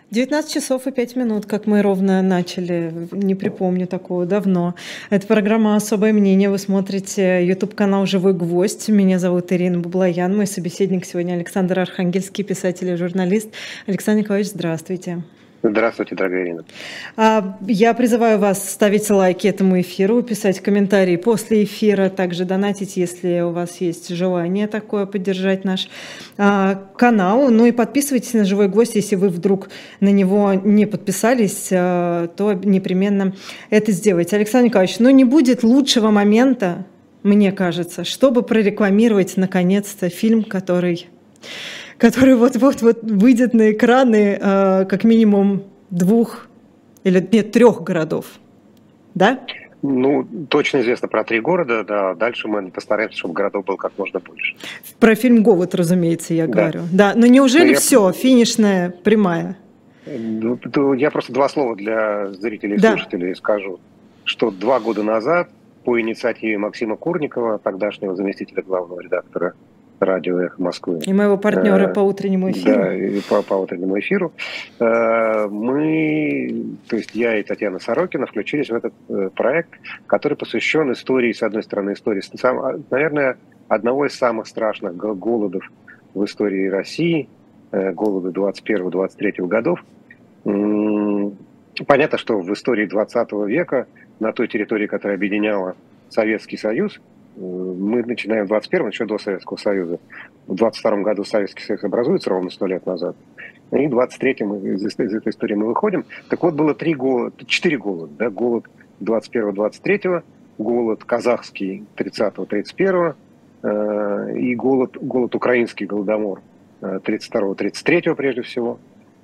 19 часов и 5 минут, как мы ровно начали. Не припомню такого давно. Это программа «Особое мнение». Вы смотрите YouTube-канал «Живой гвоздь». Меня зовут Ирина Баблоян. Мой собеседник сегодня Александр Архангельский, писатель и журналист. Александр Николаевич, здравствуйте. Здравствуйте, дорогая Ирина. Я призываю вас ставить лайки этому эфиру, писать комментарии после эфира, также донатить, если у вас есть желание такое, поддержать наш канал. Ну и подписывайтесь на «Живой гвоздь», если вы вдруг на него не подписались, то непременно это сделайте. Александр Николаевич, не будет лучшего момента, мне кажется, чтобы прорекламировать наконец-то фильм, который вот-вот выйдет на экраны как минимум 2 или 3 городов, да? Точно известно про 3 города, да. Дальше мы постараемся, чтобы городов было как можно больше. Про фильм «Голод», разумеется, я говорю. Да, но неужели все, финишная прямая? Я просто 2 слова для зрителей и слушателей скажу, что 2 года назад по инициативе Максима Курникова, тогдашнего заместителя главного редактора радио «Эхо Москвы». И моего партнера по утреннему эфиру. Да, и по утреннему эфиру. Мы, то есть я и Татьяна Сорокина, включились в этот проект, который посвящен истории, с одной стороны, истории, наверное, одного из самых страшных голодов в истории России, голода 21-23 годов. Понятно, что в истории 20 века на той территории, которая объединяла Советский Союз, мы начинаем в 21-м, еще до Советского Союза. В 22-м году Советский Союз образуется ровно 100 лет назад. И в 23-м из этой истории мы выходим. Так вот, было 4 голода. Да? Голод 21-23, голод казахский 30-31, и голод украинский, голодомор 32-33 прежде всего.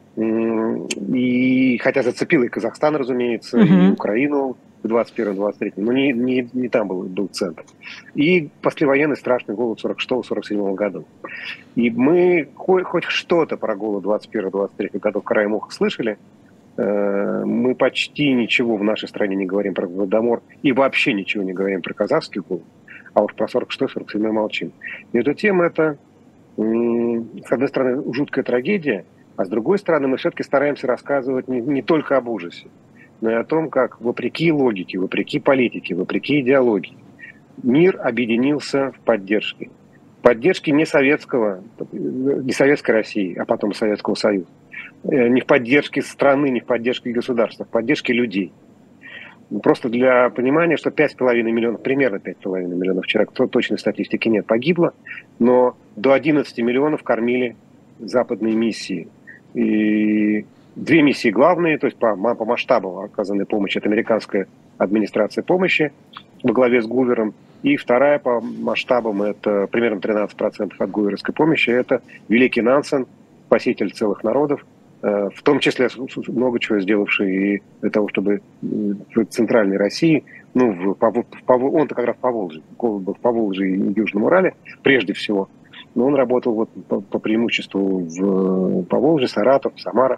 И хотя зацепил и Казахстан, разумеется, и Украину в 21-23, но не там был центр. И послевоенный страшный голод 46-47 году. И мы хоть что-то про голод 21-23 годов краем уха слышали. Мы почти ничего в нашей стране не говорим про голодомор и вообще ничего не говорим про казахский голод, а уж про 46-47 молчим. И эта тема, это, с одной стороны, жуткая трагедия, а с другой стороны, мы все-таки стараемся рассказывать не только об ужасе, но и о том, как вопреки логике, вопреки политике, вопреки идеологии, мир объединился в поддержке. Поддержке не советской России, а потом Советского Союза. Не в поддержке страны, не в поддержке государства, а в поддержке людей. Просто для понимания, что 5,5 миллионов, примерно 5,5 миллионов человек, точной статистики нет, погибло, но до 11 миллионов кормили западные миссии. И 2 миссии главные, то есть по масштабу оказанной помощи, это американская администрация помощи во главе с Гувером, и вторая по масштабам, это примерно 13% от гуверовской помощи, это великий Нансен, спаситель целых народов, в том числе много чего сделавший и для того, чтобы в центральной России, он-то как раз голод был в Поволжье и Южном Урале, прежде всего, но он работал по преимуществу в Поволжье, Саратов, Самара.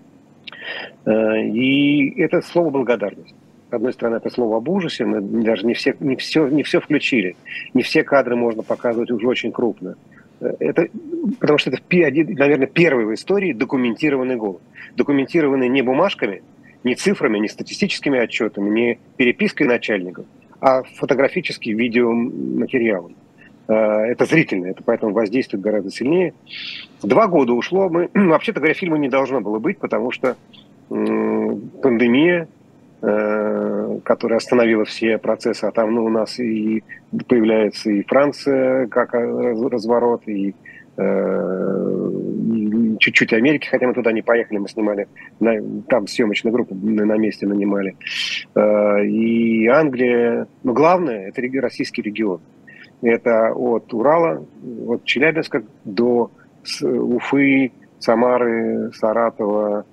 И это слово «благодарность». С одной стороны, это слово об ужасе, мы даже не все включили. Не все кадры можно показывать уже очень крупно. Потому что это, наверное, первый в истории документированный голод. Документированный не бумажками, не цифрами, не статистическими отчетами, не перепиской начальников, а фотографически видеоматериалом. Это зрительно, это поэтому воздействует гораздо сильнее. 2 года ушло. Вообще-то говоря, фильма не должно было быть, потому что пандемия, которая остановила все процессы, а там у нас и появляется и Франция как разворот, и чуть-чуть Америки, хотя мы туда не поехали, мы снимали, там съемочную группу на месте нанимали, и Англия. Но главное, это российский регион. Это от Урала, от Челябинска до Уфы, Самары, Саратова,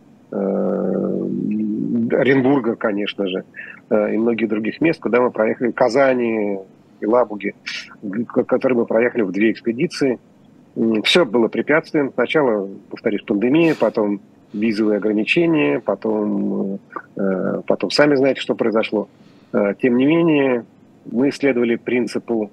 Оренбурга, конечно же, и многих других мест, куда мы проехали, Казани, Елабуги, которые мы проехали в 2 экспедиции. Все было препятствием. Сначала, повторюсь, пандемия, потом визовые ограничения, потом сами знаете, что произошло. Тем не менее, мы следовали принципу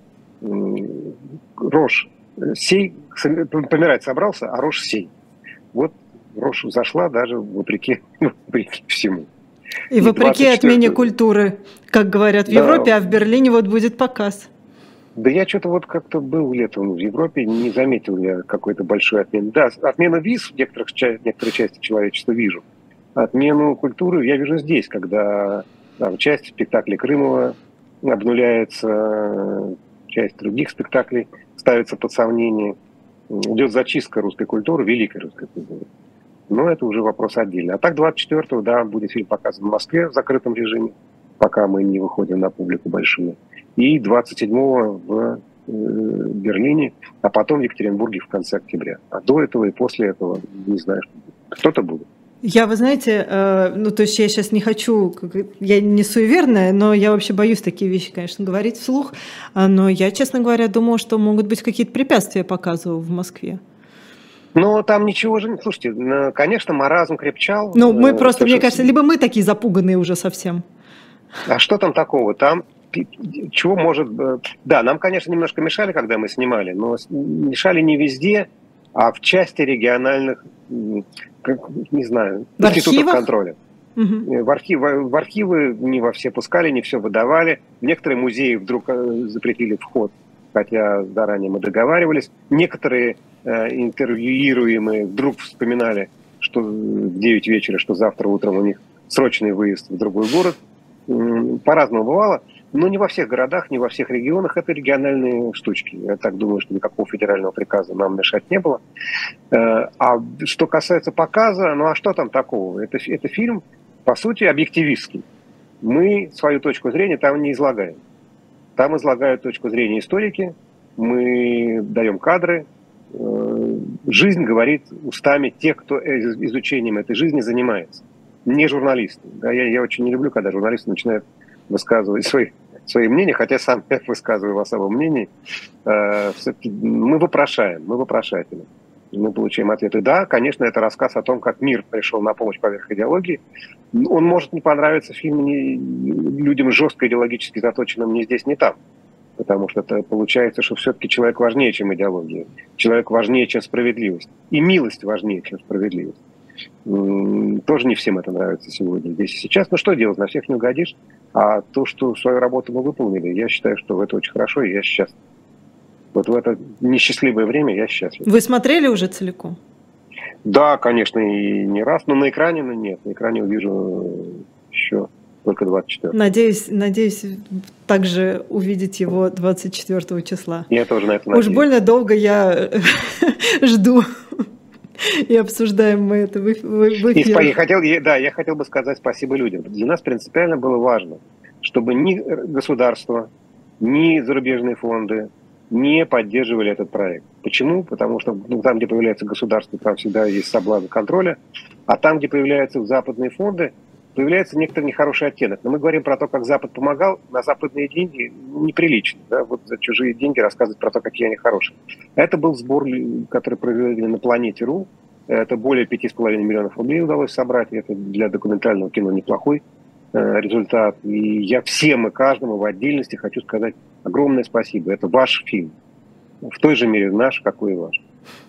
рожь сей, помирать собрался, а рожь сей. Вот зашла даже вопреки всему. И вопреки отмене культуры, как говорят в Европе, а в Берлине вот будет показ. Да я что-то вот как-то был летом в Европе, не заметил я какой-то большой отмены. Да, отмена виз в некоторой части человечества вижу. Отмену культуры я вижу здесь, когда там, часть спектаклей Крымова обнуляется, часть других спектаклей ставится под сомнение. Идет зачистка русской культуры, великой русской культуры. Но это уже вопрос отдельный. А так 24-го, да, будет фильм показан в Москве в закрытом режиме, пока мы не выходим на публику большую. И 27-го в Берлине, а потом в Екатеринбурге в конце октября. А до этого и после этого не знаю, что будет. Кто-то будет. Вы знаете, то есть я сейчас не хочу, я не суеверная, но я вообще боюсь такие вещи, конечно, говорить вслух, но я, честно говоря, думала, что могут быть какие-то препятствия показу в Москве. Но там ничего же не... Слушайте, конечно, маразм крепчал. Мы просто, мне кажется, либо мы такие запуганные уже совсем. А что там такого? Там чего может... Да, нам, конечно, немножко мешали, когда мы снимали, но мешали не везде, а в части региональных, не знаю, институтов контроля. Угу. В архивы не во все пускали, не все выдавали. В некоторые музеи вдруг запретили вход, хотя заранее мы договаривались. Некоторые интервьюируемые вдруг вспоминали, что в 9 вечера, что завтра утром у них срочный выезд в другой город. По-разному бывало. Но не во всех городах, не во всех регионах. Это региональные штучки. Я так думаю, что никакого федерального приказа нам мешать не было. А что касается показа, а что там такого? Это фильм, по сути, объективистский. Мы свою точку зрения там не излагаем. Там излагают точку зрения историки. Мы даем кадры. Жизнь говорит устами тех, кто изучением этой жизни занимается. Не журналисты. Да, я очень не люблю, когда журналисты начинают высказывать свои мнения, хотя сам я высказываю особом мнении. Мы вопрошаем, мы вопрошатели. Мы получаем ответы. Да, конечно, это рассказ о том, как мир пришел на помощь поверх идеологии. Он может не понравиться в фильме людям жестко идеологически заточенным ни здесь, ни там. Потому что это получается, что все-таки человек важнее, чем идеология. Человек важнее, чем справедливость. И милость важнее, чем справедливость. Тоже не всем это нравится сегодня, здесь и сейчас. Но что делать, на всех не угодишь. А то, что свою работу мы выполнили, я считаю, что это очень хорошо, и я счастлив. Вот в это несчастливое время я счастлив. Вы смотрели уже целиком? Да, конечно, и не раз, но на экране нет. На экране увижу еще только 24. Надеюсь также увидеть его 24 числа. Я тоже на это надеюсь. Уж больно долго я жду. И обсуждаем мы это в эфире. Я хотел бы сказать спасибо людям. Для нас принципиально было важно, чтобы ни государство, ни зарубежные фонды не поддерживали этот проект. Почему? Потому что там, где появляется государство, там всегда есть соблазн контроля, а там, где появляются западные фонды, появляется некоторый нехороший оттенок. Но мы говорим про то, как Запад помогал, на западные деньги неприлично. Да? Вот за чужие деньги рассказывать про то, какие они хорошие. Это был сбор, который провели на Планете.ру. Это более 5,5 миллионов рублей удалось собрать. Это для документального кино неплохой результат. И я всем и каждому в отдельности хочу сказать огромное спасибо. Это ваш фильм. В той же мере наш, какой и ваш.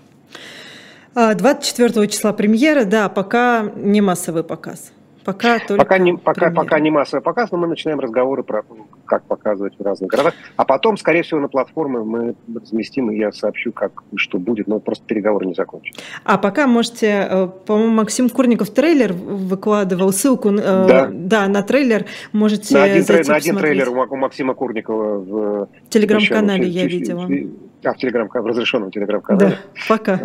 24 числа премьера, да, пока не массовый показ. Пока не массовый показ, но мы начинаем разговоры про то, как показывать в разных городах. А потом, скорее всего, на платформы мы разместим, и я сообщу, как и что будет, но просто переговоры не закончатся. А пока можете, по-моему, Максим Курников трейлер выкладывал, ссылку на трейлер, можете на один трейлер у Максима Курникова в телеграм-канале я видела. В разрешенном телеграм-канале. Да, пока.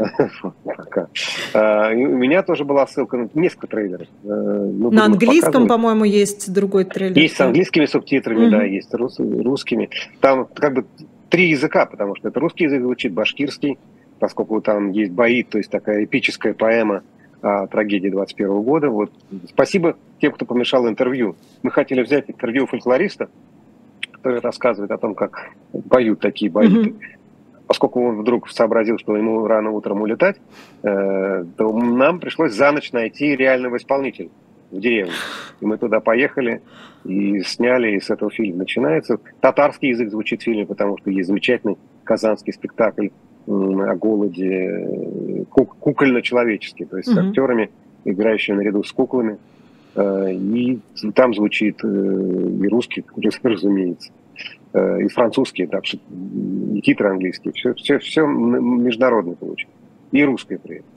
У меня тоже была ссылка на несколько трейлеров. На английском, по-моему, есть другой трейлер. Есть с английскими субтитрами, да, есть с русскими. Там как бы 3 языка, потому что это русский язык звучит, башкирский, поскольку там есть бои, то есть такая эпическая поэма о трагедии 21 года. Вот. Спасибо тем, кто помешал интервью. Мы хотели взять интервью фольклориста, который рассказывает о том, как поют такие бои. Поскольку он вдруг сообразил, что ему рано утром улетать, то нам пришлось за ночь найти реального исполнителя в деревне. И мы туда поехали и сняли, и с этого фильм начинается. Татарский язык звучит в фильме, потому что есть замечательный казанский спектакль о голоде кукольно-человеческий, то есть с актерами, играющими наряду с куклами. И там звучит и русский, разумеется, и французский, так что и титры английские, все международное получилось. И русское при этом.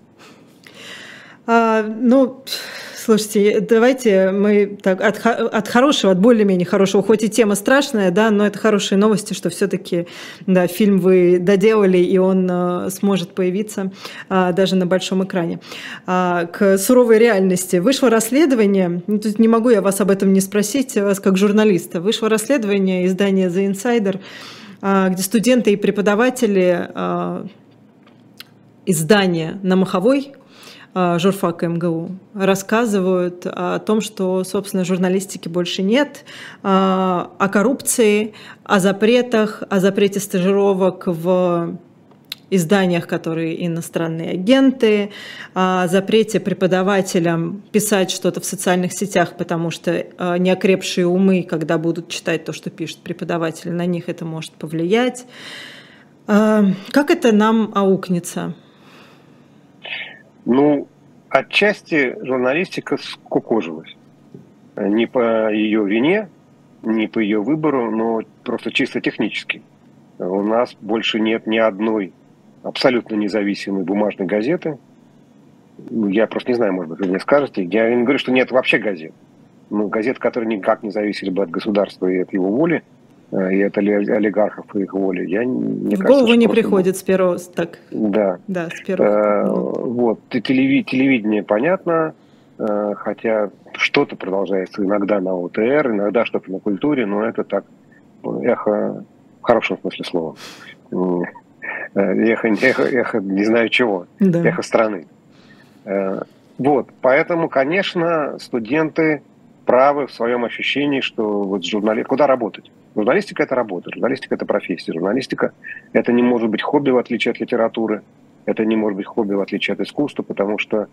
Ну, слушайте, давайте мы так от хорошего, от более-менее хорошего, хоть и тема страшная, да, но это хорошие новости, что все-таки, да, фильм вы доделали, и он сможет появиться даже на большом экране. К суровой реальности. Вышло расследование, тут не могу я вас об этом не спросить, вас как журналиста. Вышло расследование издания The Insider, где студенты и преподаватели издания на Маховой, журфака МГУ, рассказывают о том, что, собственно, журналистики больше нет, о коррупции, о запретах, о запрете стажировок в изданиях, которые иностранные агенты, о запрете преподавателям писать что-то в социальных сетях, потому что неокрепшие умы, когда будут читать то, что пишут преподаватели, на них это может повлиять. Как это нам аукнется? Ну, отчасти журналистика скукожилась. Не по ее вине, не по ее выбору, но просто чисто технически. У нас больше нет ни одной абсолютно независимой бумажной газеты. Я просто не знаю, может быть, вы мне скажете. Я не говорю, что нет вообще газет. Но газет, которые никак не зависели бы от государства и от его воли, и от олигархов и их воли, в голову не приходит с первого, так. Да. Да, с первого. Вот, телевидение, понятно, хотя что-то продолжается иногда на ОТР, иногда что-то на культуре, но это так, эхо, в хорошем смысле слова, эхо не знаю чего, да. Эхо страны. Вот, поэтому, конечно, студенты правы в своем ощущении, что вот куда работать? Журналистика – это работа, журналистика – это профессия. Журналистика – это не может быть хобби, в отличие от литературы, это не может быть хобби, в отличие от искусства, потому что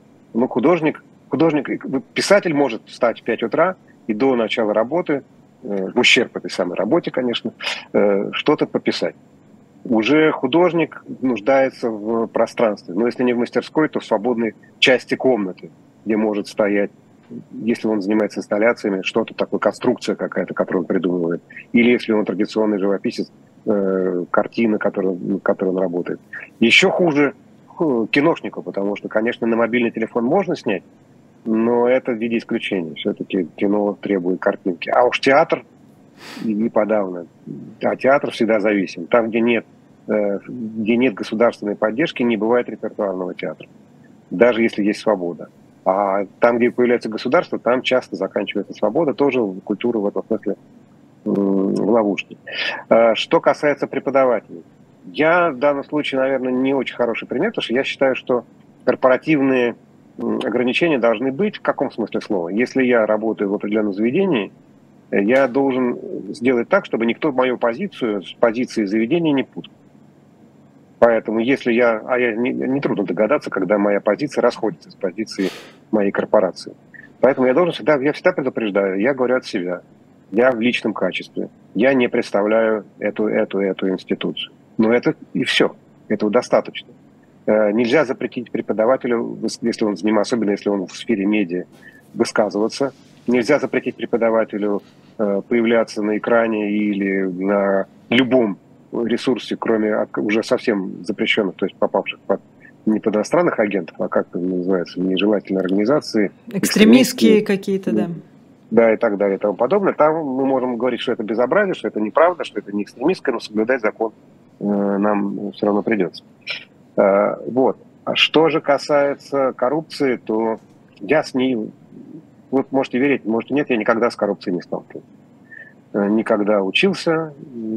писатель может встать в 5 утра и до начала работы, в ущерб этой самой работе, конечно, что-то пописать. Уже художник нуждается в пространстве, но если не в мастерской, то в свободной части комнаты, где может стоять, если он занимается инсталляциями, что-то такое, конструкция какая-то, которую он придумывает. Или если он традиционный живописец, картина, которой он работает. Еще хуже киношнику, потому что, конечно, на мобильный телефон можно снять, но это в виде исключения. Все-таки кино требует картинки. А уж театр и подавно. А театр всегда зависим. Там, где нет государственной поддержки, не бывает репертуарного театра. Даже если есть свобода. А там, где появляется государство, там часто заканчивается свобода, тоже культура в этом смысле в ловушке. Что касается преподавателей. Я в данном случае, наверное, не очень хороший пример, потому что я считаю, что корпоративные ограничения должны быть в каком смысле слова. Если я работаю в определенном заведении, я должен сделать так, чтобы никто мою позицию с позицией заведения не путал. Поэтому если не трудно догадаться, когда моя позиция расходится с позицией моей корпорации. Поэтому я всегда предупреждаю, я говорю от себя, я в личном качестве, я не представляю эту институцию. Но это и все, этого достаточно. Нельзя запретить преподавателю, если он занимается, особенно если он в сфере медиа, высказываться. Нельзя запретить преподавателю появляться на экране или на любом ресурсе, кроме уже совсем запрещенных, то есть попавших не под иностранных агентов, а как это называется, нежелательные организации. Экстремистские какие-то, да. Да, и так далее, и тому подобное. Там мы можем говорить, что это безобразие, что это неправда, что это не экстремистское, но соблюдать закон нам все равно придется. Вот. А что же касается коррупции, то я с ней, вы можете верить, можете нет, я никогда с коррупцией не сталкивался. Никогда учился,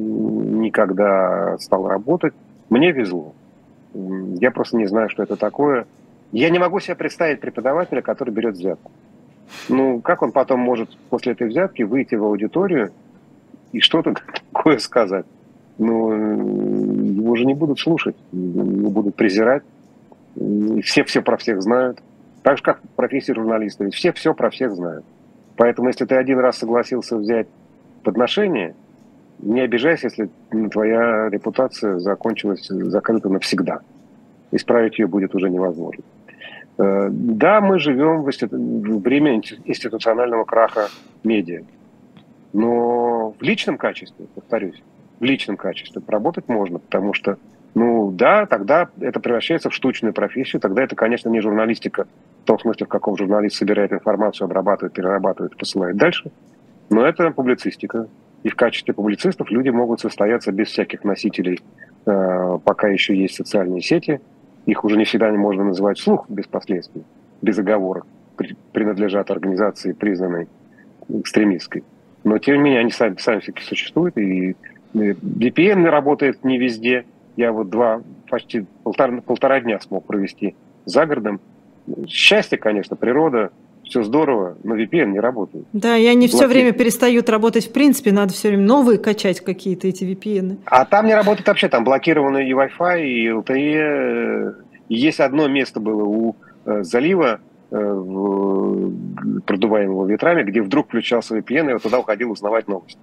никогда стал работать. Мне везло. Я просто не знаю, что это такое. Я не могу себе представить преподавателя, который берет взятку. Ну, как он потом может после этой взятки выйти в аудиторию и что-то такое сказать? Ну, его уже не будут слушать, его будут презирать. И все про всех знают. Так же, как в профессии журналиста. Ведь все про всех знают. Поэтому, если ты один раз согласился взять подношение, Не обижайся, если твоя репутация закончилась, закрыта навсегда. Исправить ее будет уже невозможно. Да, мы живем в время институционального краха медиа. Но в личном качестве, повторюсь, в личном качестве поработать можно, потому что, ну да, тогда это превращается в штучную профессию, тогда это, конечно, не журналистика в том смысле, в каком журналист собирает информацию, обрабатывает, перерабатывает, посылает дальше, но это публицистика. И в качестве публицистов люди могут состояться без всяких носителей, пока еще есть социальные сети. Их уже не всегда можно называть вслух без последствий, без оговорок, принадлежат организации, признанной экстремистской. Но, тем не менее, они сами все-таки существуют, и VPN работает не везде. Я вот почти полтора дня смог провести за городом. Счастье, конечно, природа, все здорово, но VPN не работает. Да, и они все время перестают работать в принципе, надо все время новые качать какие-то эти VPN. А там не работает вообще, там блокированы и Wi-Fi, и LTE. Есть одно место было у залива, продуваемого ветрами, где вдруг включался VPN, и я туда уходил узнавать новости.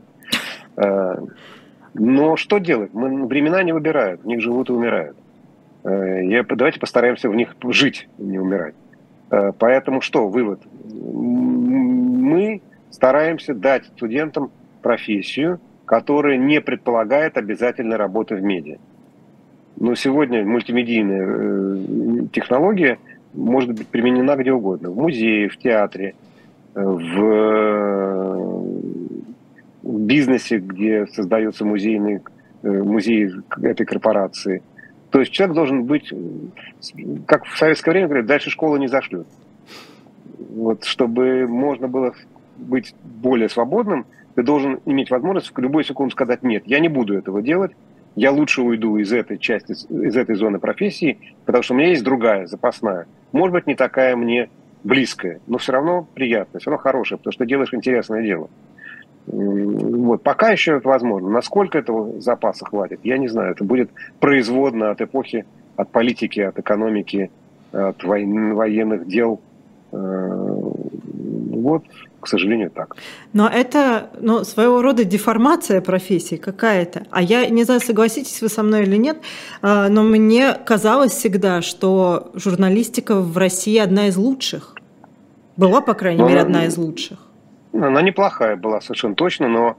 Но что делать? Времена не выбирают, в них живут и умирают. Давайте постараемся в них жить, не умирать. Поэтому что, вывод? Мы стараемся дать студентам профессию, которая не предполагает обязательной работы в медиа. Но сегодня мультимедийная технология может быть применена где угодно. В музее, в театре, в бизнесе, где создается музей этой корпорации. То есть человек должен быть, как в советское время говорят, дальше школы не зашлют. Вот, чтобы можно было быть более свободным, ты должен иметь возможность в любую секунду сказать: нет, я не буду этого делать, я лучше уйду из этой части, из этой зоны профессии, потому что у меня есть другая, запасная. Может быть, не такая мне близкая, но все равно приятная, все равно хорошая, потому что ты делаешь интересное дело. Вот. Пока еще это возможно. Насколько этого запаса хватит, я не знаю. Это будет производно от эпохи, от политики, от экономики, от военных дел. Вот, к сожалению, так. Но это своего рода деформация профессии какая-то. А я не знаю, согласитесь вы со мной или нет, но мне казалось всегда, что журналистика в России одна из лучших. Была, по крайней мере, одна из лучших. Она неплохая была, совершенно точно, но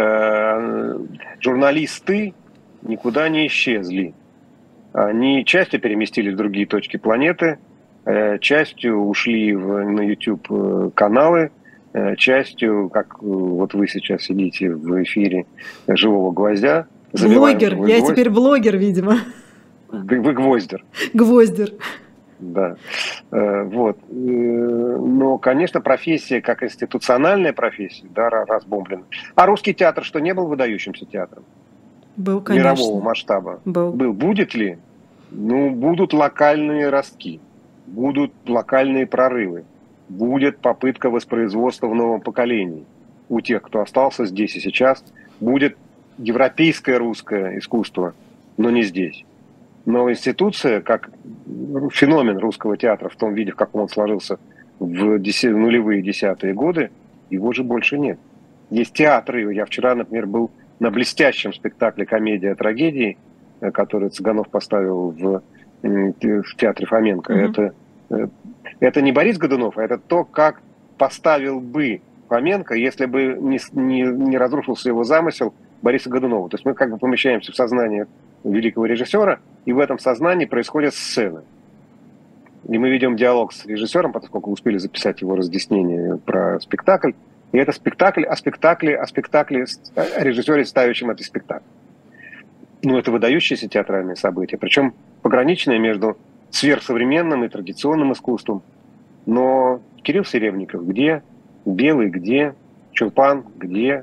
журналисты никуда не исчезли. Они частью переместились в другие точки планеты, частью ушли на YouTube каналы, частью, как вот вы сейчас сидите в эфире «Живого гвоздя». Блогер, я теперь блогер, видимо. Вы гвоздер. Гвоздер. Да. Вот. Но, конечно, профессия, как институциональная профессия, да, разбомблена. А русский театр что, не был выдающимся театром? Был, конечно. Мирового масштаба? Был. Будет ли? Ну, будут локальные ростки, будут локальные прорывы, будет попытка воспроизводства в новом поколении у тех, кто остался здесь и сейчас, будет европейское русское искусство, но не здесь. Но институция, как феномен русского театра в том виде, в каком он сложился в нулевые десятые годы, его же больше нет. Есть театры. Я вчера, например, был на блестящем спектакле «Комедия трагедии», который Цыганов поставил в театре Фоменко. Это не Борис Годунов, а это то, как поставил бы Фоменко, если бы не разрушился его замысел Бориса Годунова. То есть мы как бы помещаемся в сознание великого режиссера, и в этом сознании происходят сцены. И мы ведем диалог с режиссером, поскольку успели записать его разъяснение про спектакль. И это спектакль о спектакле, о режиссере, ставящем этот спектакль. Ну, это выдающееся театральное событие, причем пограничное между сверхсовременным и традиционным искусством. Но Кирилл Серебренников где? Белый где? Чулпан где?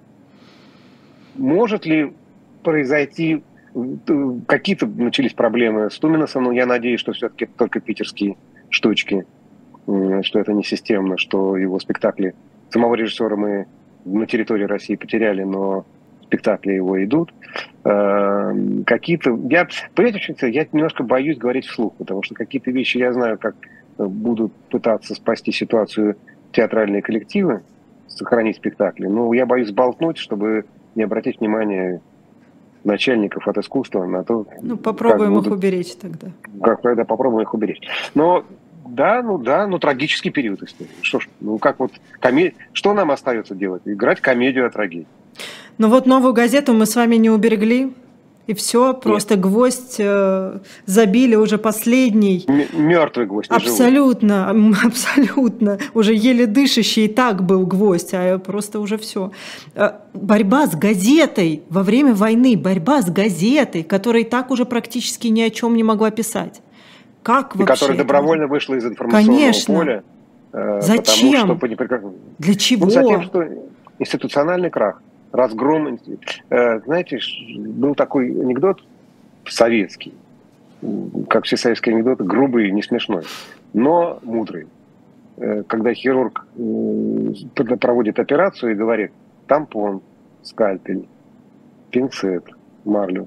Может ли произойти... Какие-то начались проблемы с Туминосом, но я надеюсь, что все-таки это только питерские штучки, что это не системно, что его спектакли, самого режиссера мы на территории России потеряли, но спектакли его идут. Какие-то... Понимаете, я немножко боюсь говорить вслух, потому что какие-то вещи я знаю, как будут пытаться спасти ситуацию театральные коллективы, сохранить спектакли, но я боюсь сболтнуть, чтобы не обратить внимание начальников от искусства на то, попробуем их уберечь тогда. Когда попробуем их уберечь. Но трагический период истории. Что ж, что нам остается делать? Играть комедию о трагедии. Новую газету мы с вами не уберегли. И все, просто гвоздь забили уже последний. Мертвый гвоздь. Абсолютно. Уже еле дышащий и так был гвоздь, а просто уже все. Борьба с газетой во время войны, борьба с газетой, которая и так уже практически ни о чем не могла писать. Как вообще? Которая добровольно вышла из информационного поля. Зачем? Для чего? Затем, что институциональный крах. Разгром. Знаете, был такой анекдот советский, как все советские анекдоты, грубый, не смешной, но мудрый. Когда хирург проводит операцию и говорит: тампон, скальпель, пинцет, марлю,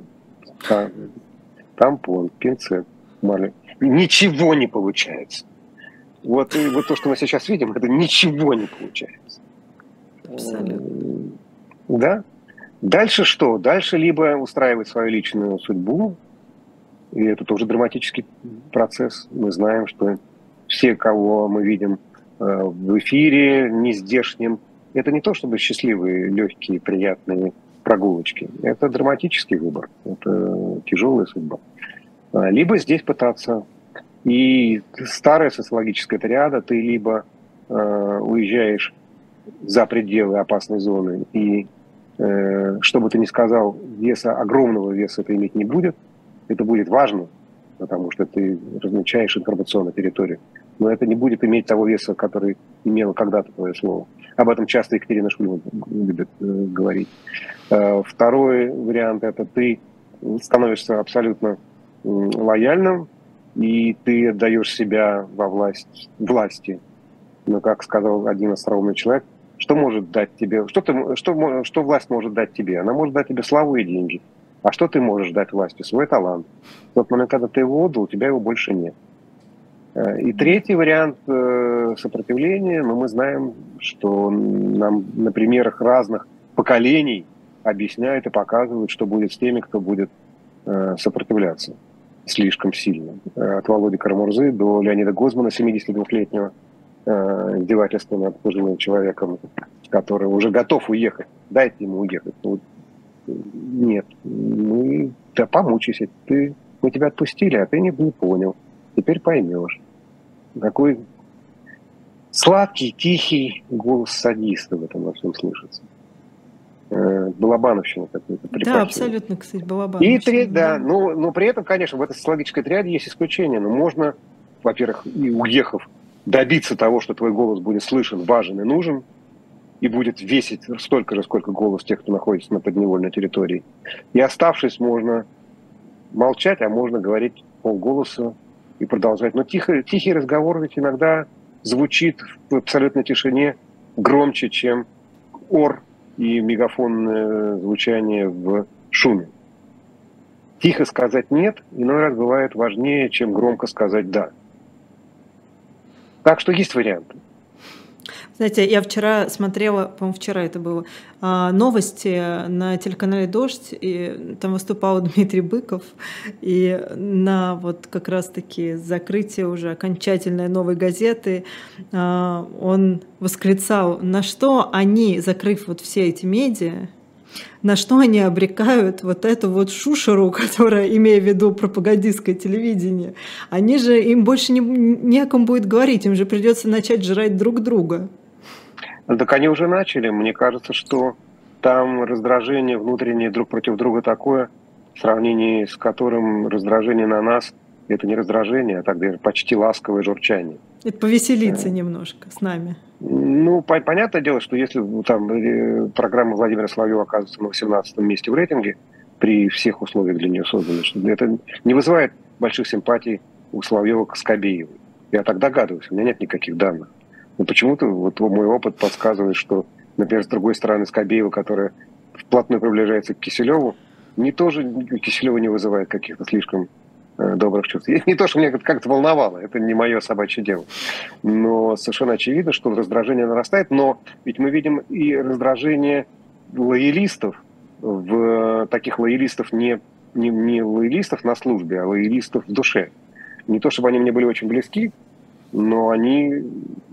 тампон, пинцет, марлю. Ничего не получается. Вот то, что мы сейчас видим, это ничего не получается. Абсолютно. Да. Дальше что? Дальше либо устраивать свою личную судьбу, и это тоже драматический процесс. Мы знаем, что все, кого мы видим в эфире нездешнем, это не то чтобы счастливые, легкие, приятные прогулочки. Это драматический выбор, это тяжелая судьба. Либо здесь пытаться. И старая социологическая триада: ты либо уезжаешь за пределы опасной зоны, и что бы ты ни сказал, огромного веса это иметь не будет. Это будет важно, потому что ты размечаешь информационную территорию. Но это не будет иметь того веса, который имело когда-то твое слово. Об этом часто Екатерина Шульман любит говорить. Второй вариант – это ты становишься абсолютно лояльным, и ты отдаешь себя во власти. Но, как сказал один остроумный человек, что может дать тебе, что власть может дать тебе? Она может дать тебе славу и деньги. А что ты можешь дать власти? Свой талант. В тот момент, когда ты его отдал, у тебя его больше нет. И третий вариант сопротивления, мы знаем, что нам на примерах разных поколений объясняют и показывают, что будет с теми, кто будет сопротивляться слишком сильно. От Володи Карамурзы до Леонида Гозмана, 72-летнего, издевательства над пожилым человеком, который уже готов уехать. Дайте ему уехать. Нет, помучайся. Мы тебя отпустили, а ты не понял. Теперь поймешь. Какой сладкий, тихий голос садиста в этом во всем слышится. Балабановщина какой-то. Да, абсолютно, кстати, балабановщина. Но при этом, конечно, в этой социологической триаде есть исключения. Но можно, во-первых, и уехав, добиться того, что твой голос будет слышен, важен и нужен, и будет весить столько же, сколько голос тех, кто находится на подневольной территории. И оставшись, можно молчать, а можно говорить полголоса и продолжать. Но тихий разговор ведь иногда звучит в абсолютной тишине громче, чем ор и мегафонное звучание в шуме. Тихо сказать «нет» иной раз бывает важнее, чем громко сказать «да». Так что есть варианты. Знаете, я вчера смотрела, по-моему, вчера это было, новости на телеканале «Дождь», и там выступал Дмитрий Быков, и на вот как раз-таки закрытие уже окончательной новой газеты он восклицал, на что они, закрыв вот все эти медиа, на что они обрекают вот эту вот шушеру, которая, имея в виду пропагандистское телевидение. Они же, им больше не о ком будет говорить, им же придется начать жрать друг друга. Так они уже начали. Мне кажется, что там раздражение внутреннее друг против друга такое, в сравнении с которым раздражение на нас – это не раздражение, а тогда почти ласковое журчание. Это повеселиться немножко с нами. Понятное дело, что если там программа Владимира Соловьева оказывается на 18-м месте в рейтинге, при всех условиях для нее созданных, это не вызывает больших симпатий у Соловьева к Скобеевой. Я так догадываюсь, у меня нет никаких данных. Но почему-то вот мой опыт подсказывает, что, например, с другой стороны Скобеева, которая вплотную приближается к Киселеву, тоже Киселева не вызывает каких-то слишком добрых чувств. И не то, что меня как-то волновало, это не мое собачье дело. Но совершенно очевидно, что раздражение нарастает, но ведь мы видим и раздражение лоялистов, в таких лоялистов, не лоялистов на службе, а лоялистов в душе. Не то, чтобы они мне были очень близки, но они,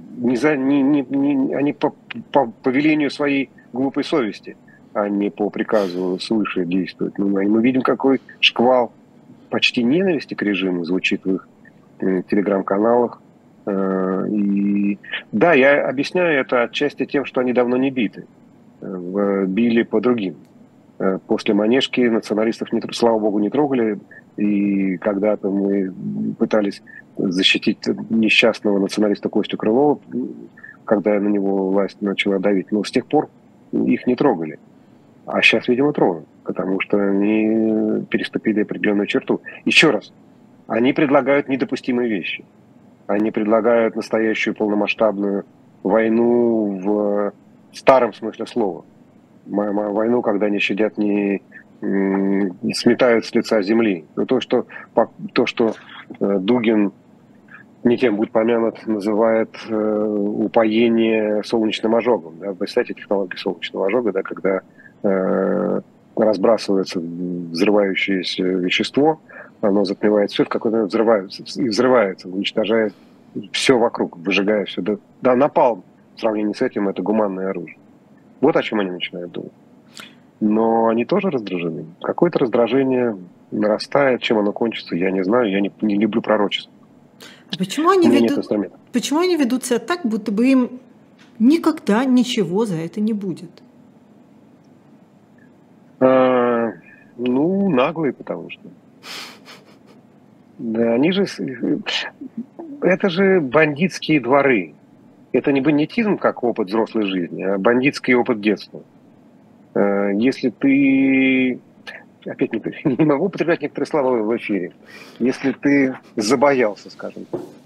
они по велению своей глупой совести, а не по приказу свыше действуют. Мы видим, какой шквал почти ненависти к режиму звучит в их телеграм-каналах. И да, я объясняю это отчасти тем, что они давно не биты. Били по другим. После Манежки националистов, слава богу, не трогали. И когда-то мы пытались защитить несчастного националиста Костю Крылова, когда на него власть начала давить. Но с тех пор их не трогали. А сейчас, видимо, тронут, потому что они переступили определенную черту. Еще раз, они предлагают недопустимые вещи. Они предлагают настоящую полномасштабную войну в старом смысле слова. Войну, когда не щадят, не сметают с лица земли. То, что Дугин, не тем будет помянут, называет упоение солнечным ожогом. Да? Вы представляете технологию солнечного ожога, да, когда разбрасывается взрывающееся вещество, оно затмевает все, в какой-то момент взрывается, уничтожает все вокруг, выжигая все. Да, напалм в сравнении с этим это гуманное оружие. Вот о чем они начинают думать. Но они тоже раздражены. Какое-то раздражение нарастает, чем оно кончится, я не знаю, я не люблю пророчество. А почему они ведут себя так, будто бы им никогда ничего за это не будет? Наглые, потому что. Да, они же... Это же бандитские дворы. Это не бандитизм как опыт взрослой жизни, а бандитский опыт детства. Если ты... Опять не могу употреблять некоторые слова в эфире. Если ты забоялся, скажем,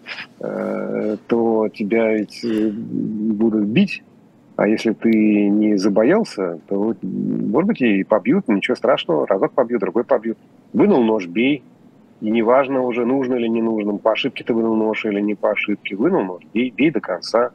то тебя ведь будут бить. А если ты не забоялся, то, может быть, и побьют, ничего страшного. Разок побьют, другой побьют. Вынул нож, бей. И неважно уже, нужно или не нужно. По ошибке ты вынул нож или не по ошибке. Вынул нож, бей до конца.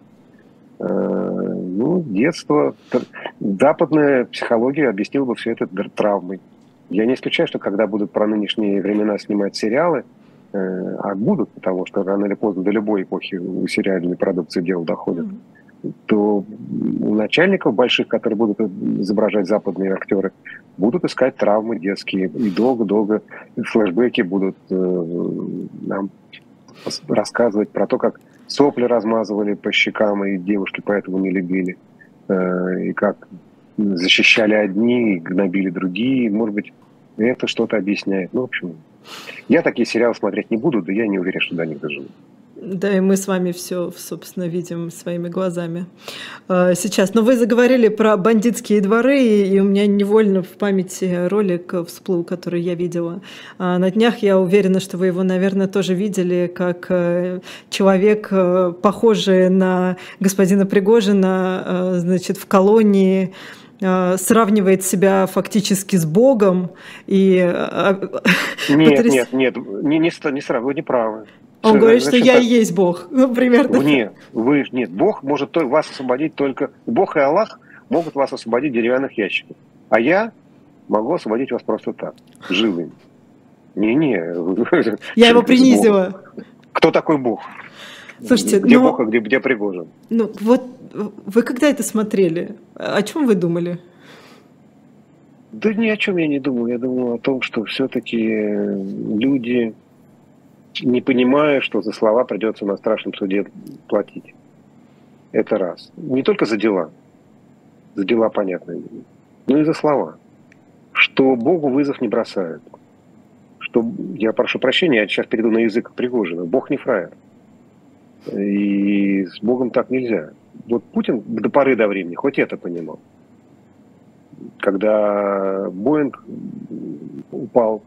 Детство. Западная психология объяснила бы все это травмой. Я не исключаю, что когда будут про нынешние времена снимать сериалы, а будут, потому что рано или поздно до любой эпохи у сериальной продукции дело доходит, то у начальников больших, которые будут изображать западные актеры, будут искать травмы детские. И долго-долго флешбеки будут нам рассказывать про то, как сопли размазывали по щекам, и девушки поэтому не любили. И как защищали одни, и гнобили другие. Может быть, это что-то объясняет. В общем, я такие сериалы смотреть не буду, да я не уверен, что до них доживу. Да, и мы с вами все, собственно, видим своими глазами сейчас. Но вы заговорили про бандитские дворы, и у меня невольно в памяти ролик всплыл, который я видела на днях. Я уверена, что вы его, наверное, тоже видели, как человек, похожий на господина Пригожина, значит, в колонии, сравнивает себя фактически с Богом. И... Нет, не сравнивать, вы не правы. Он говорит, что я и есть Бог, примерно. Нет, Бог может вас освободить только... Бог и Аллах могут вас освободить деревянных ящиков. А я могу освободить вас просто так, живым. Я его принизила. Кто такой Бог? Слушайте, где Бог, а где Пригожин? Вот вы когда это смотрели? О чем вы думали? Да ни о чем я не думал. Я думал о том, что все-таки люди... не понимая, что за слова придется на страшном суде платить. Это раз. Не только за дела понятно, но и за слова. Что Богу вызов не бросают. Что, я прошу прощения, я сейчас перейду на язык Пригожина. Бог не фраер. И с Богом так нельзя. Вот Путин до поры до времени хоть это понимал. Когда Боинг упал,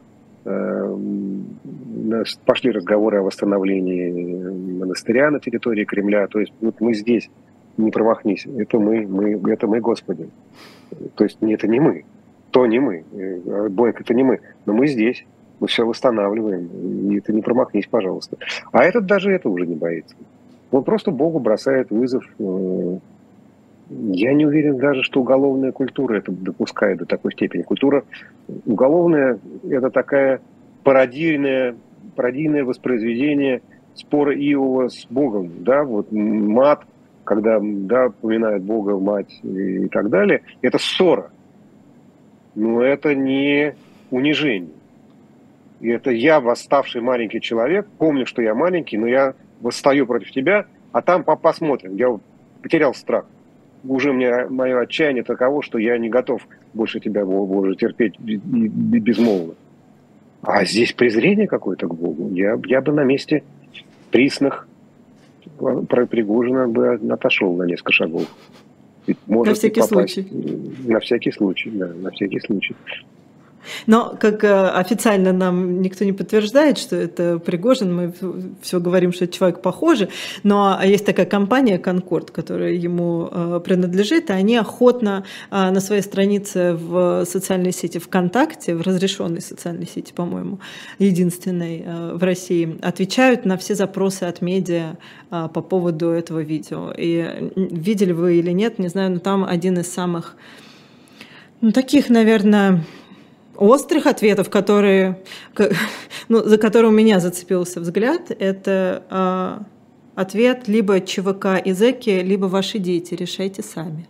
пошли разговоры о восстановлении монастыря на территории Кремля. То есть вот мы здесь, не промахнись, это мы, Господи. То есть это не мы, то не мы. Боинг это не мы, но мы здесь, мы все восстанавливаем. И это не промахнись, пожалуйста. А этот даже это уже не боится. Он просто Богу бросает вызов Я не уверен даже, что уголовная культура это допускает до такой степени. Культура уголовная – это такая пародийное воспроизведение спора Иова с Богом. Да? Вот мат, когда упоминают Бога, мать и так далее, это ссора. Но это не унижение. И это я, восставший маленький человек, помню, что я маленький, но я восстаю против тебя, а там посмотрим. Я потерял страх. Уже мое отчаяние таково, что я не готов больше тебя, Боже, терпеть безмолвно. А здесь презрение какое-то к Богу. Я бы на месте присных Пригожина бы отошел на несколько шагов. На всякий случай. На всякий случай, да, на всякий случай. Но как официально нам никто не подтверждает, что это Пригожин, мы все говорим, что это человек похожий, но есть такая компания «Конкорд», которая ему принадлежит, и они охотно на своей странице в социальной сети ВКонтакте, в разрешенной социальной сети, по-моему, единственной в России, отвечают на все запросы от медиа по поводу этого видео. И видели вы или нет, не знаю, но там один из самых, таких, наверное, острых ответов, за которые у меня зацепился взгляд, это ответ либо ЧВК и зэки, либо ваши дети, решайте сами.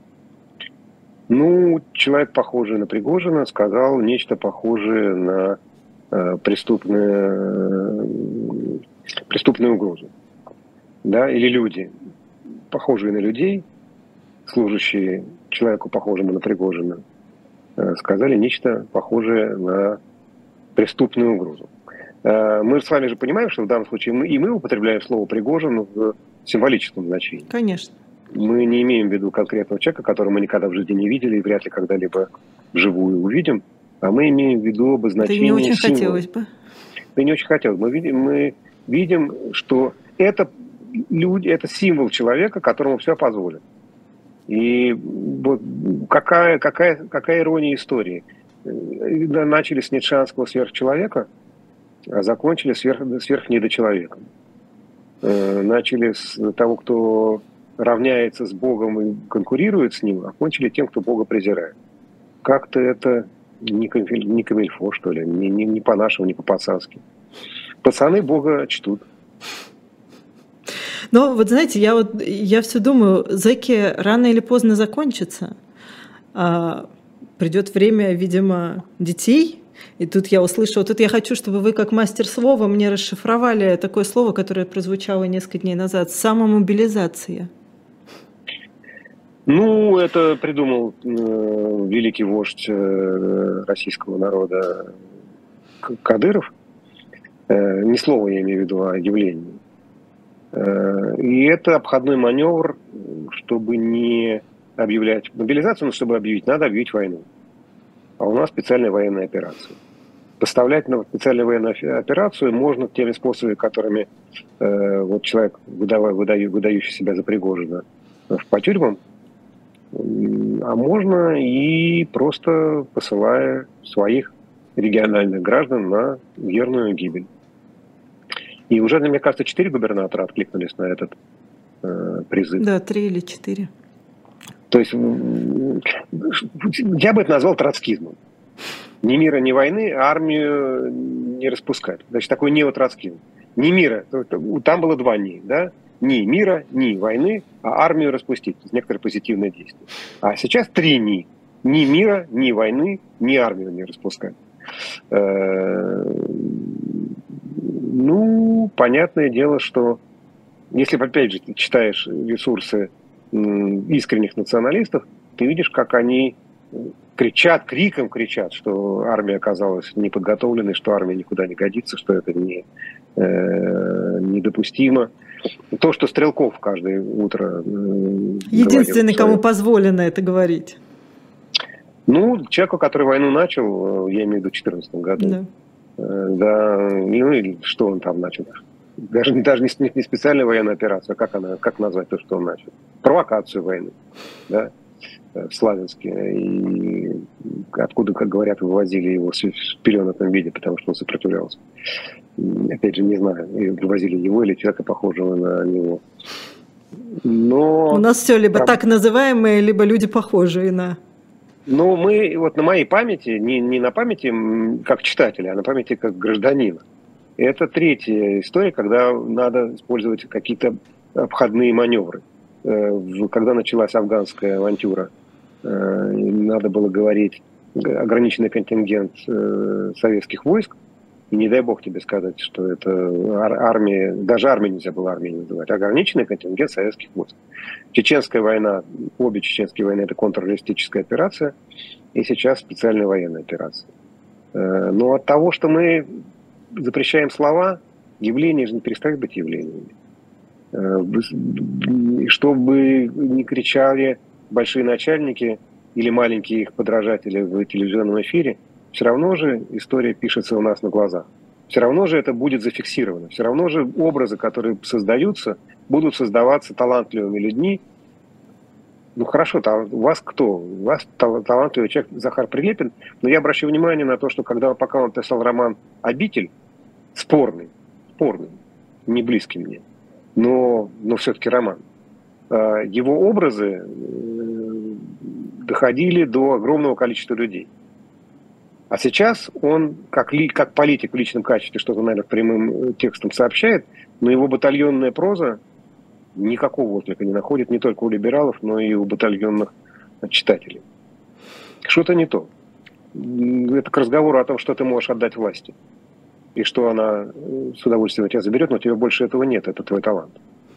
Человек, похожий на Пригожина, сказал нечто похожее на преступную угрозу. Да? Или люди, похожие на людей, служащие человеку, похожему на Пригожина, сказали нечто похожее на преступную угрозу. Мы с вами же понимаем, что в данном случае мы употребляем слово «Пригожин» в символическом значении. Конечно. Мы не имеем в виду конкретного человека, которого мы никогда в жизни не видели и вряд ли когда-либо вживую увидим, а мы имеем в виду обозначение символа. Это не очень хотелось бы. Это не очень хотелось. Мы видим, что это символ человека, которому все позволено. И вот какая ирония истории. Начали с ницшеанского сверхчеловека, а закончили сверхнедочеловеком. Начали с того, кто равняется с Богом и конкурирует с ним, а кончили тем, кто Бога презирает. Как-то это не камильфо, что ли, не по-нашему, не по-пацански. Пацаны Бога чтут. Но вот знаете, я все думаю, зэки рано или поздно закончатся. Придет время, видимо, детей. И тут я услышала, тут я хочу, чтобы вы, как мастер слова, мне расшифровали такое слово, которое прозвучало несколько дней назад: самомобилизация. Это придумал великий вождь российского народа Кадыров. Не слово я имею в виду, а явление. И это обходной маневр, чтобы не объявлять мобилизацию, но чтобы объявить, надо объявить войну. А у нас специальная военная операция. Поставлять на специальную военную операцию можно теми способами, которыми человек, выдающий себя за Пригожина, по тюрьмам, а можно и просто посылая своих региональных граждан на верную гибель. И уже, мне кажется, 4 губернатора откликнулись на этот призыв. Да, 3 или 4. То есть я бы это назвал троцкизмом. Ни мира, ни войны, армию не распускать. Значит, такой неотроцкизм. Ни мира, там было 2 «ни», да? Ни мира, ни войны, а армию распустить. То есть некоторое позитивное действие. А сейчас 3 «ни». Ни мира, ни войны, ни армию не распускать. Понятное дело, что если, опять же, ты читаешь ресурсы искренних националистов, ты видишь, как они криком кричат, что армия оказалась неподготовленной, что армия никуда не годится, что это недопустимо. То, что Стрелков каждое утро единственный, кому позволено это говорить. Человеку, который войну начал, я имею в виду в 2014 году. Да. Да, или что он там начал? Даже не специальная военная операция, как назвать то, что он начал? Провокацию войны, да, в Славянске. И откуда, как говорят, вывозили его в пеленатом виде, потому что он сопротивлялся. Опять же, не знаю, вывозили его или человека, похожего на него. Но... У нас все либо так называемые, либо люди похожие на... Ну, мы, вот на моей памяти, не на памяти как читателя, а на памяти как гражданина. Это третья история, когда надо использовать какие-то обходные маневры. Когда началась афганская авантюра, надо было говорить ограниченный контингент советских войск, и не дай бог тебе сказать, что это армия, даже армию нельзя было армией называть, ограниченный контингент советских войск. Чеченская война, обе чеченские войны — это контртеррористическая операция, и сейчас специальная военная операция. Но от того, что мы запрещаем слова, явления же не перестают быть явлениями. Чтобы не кричали большие начальники или маленькие их подражатели в телевизионном эфире, все равно же история пишется у нас на глазах. Все равно же это будет зафиксировано. Все равно же образы, которые создаются, будут создаваться талантливыми людьми. Ну хорошо, у вас кто? У вас талантливый человек Захар Прилепин, но я обращаю внимание на то, что пока он писал роман «Обитель», спорный, не близкий мне, но все-таки роман, его образы доходили до огромного количества людей. А сейчас он, как политик в личном качестве, что-то, наверное, прямым текстом сообщает, но его батальонная проза никакого отклика не находит не только у либералов, но и у батальонных читателей. Что-то не то. Это к разговору о том, что ты можешь отдать власти. И что она с удовольствием тебя заберет, но у тебя больше этого нет, это твой талант.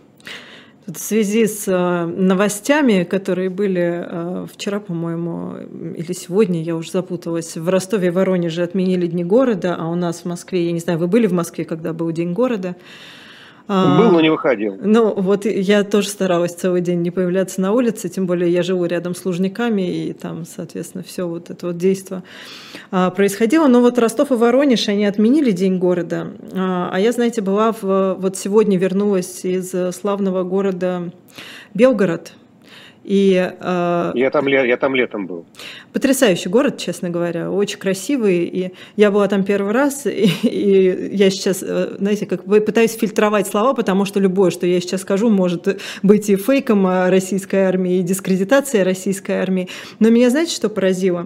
В связи с новостями, которые были вчера, по-моему, или сегодня, я уже запуталась, в Ростове и Воронеже отменили Дни города, а у нас в Москве, я не знаю, вы были в Москве, когда был День города? Был, но не выходил. Ну, вот я тоже старалась целый день не появляться на улице, тем более я живу рядом с Лужниками, и там, соответственно, все вот это вот действо происходило. Но вот Ростов и Воронеж, они отменили День города. А я, знаете, была вот сегодня вернулась из славного города Белгород. И, я там летом был. Потрясающий город, честно говоря, очень красивый. И я была там первый раз, и я сейчас, знаете, как бы пытаюсь фильтровать слова, потому что любое, что я сейчас скажу, может быть и фейком российской армии, и дискредитацией российской армии. Но меня, знаете, что поразило?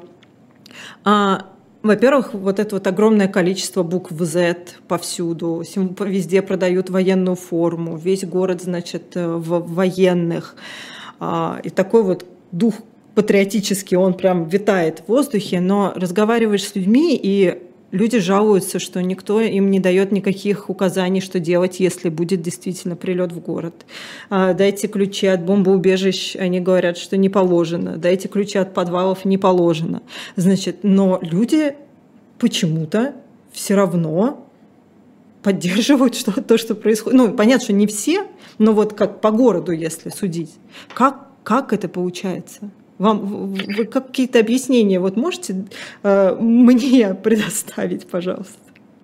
Во-первых, вот это вот огромное количество букв Z повсюду, везде продают военную форму, весь город, значит, в военных. И такой вот дух патриотический, он прям витает в воздухе, но разговариваешь с людьми, и люди жалуются, что никто им не дает никаких указаний, что делать, если будет действительно прилет в город. Дайте ключи от бомбоубежищ, они говорят, что не положено. Дайте ключи от подвалов, не положено. Значит, но люди почему-то все равно поддерживают то, что происходит. Ну, понятно, что не все, но вот как по городу, если судить. Как это получается? Вы какие-то объяснения вот можете мне предоставить, пожалуйста?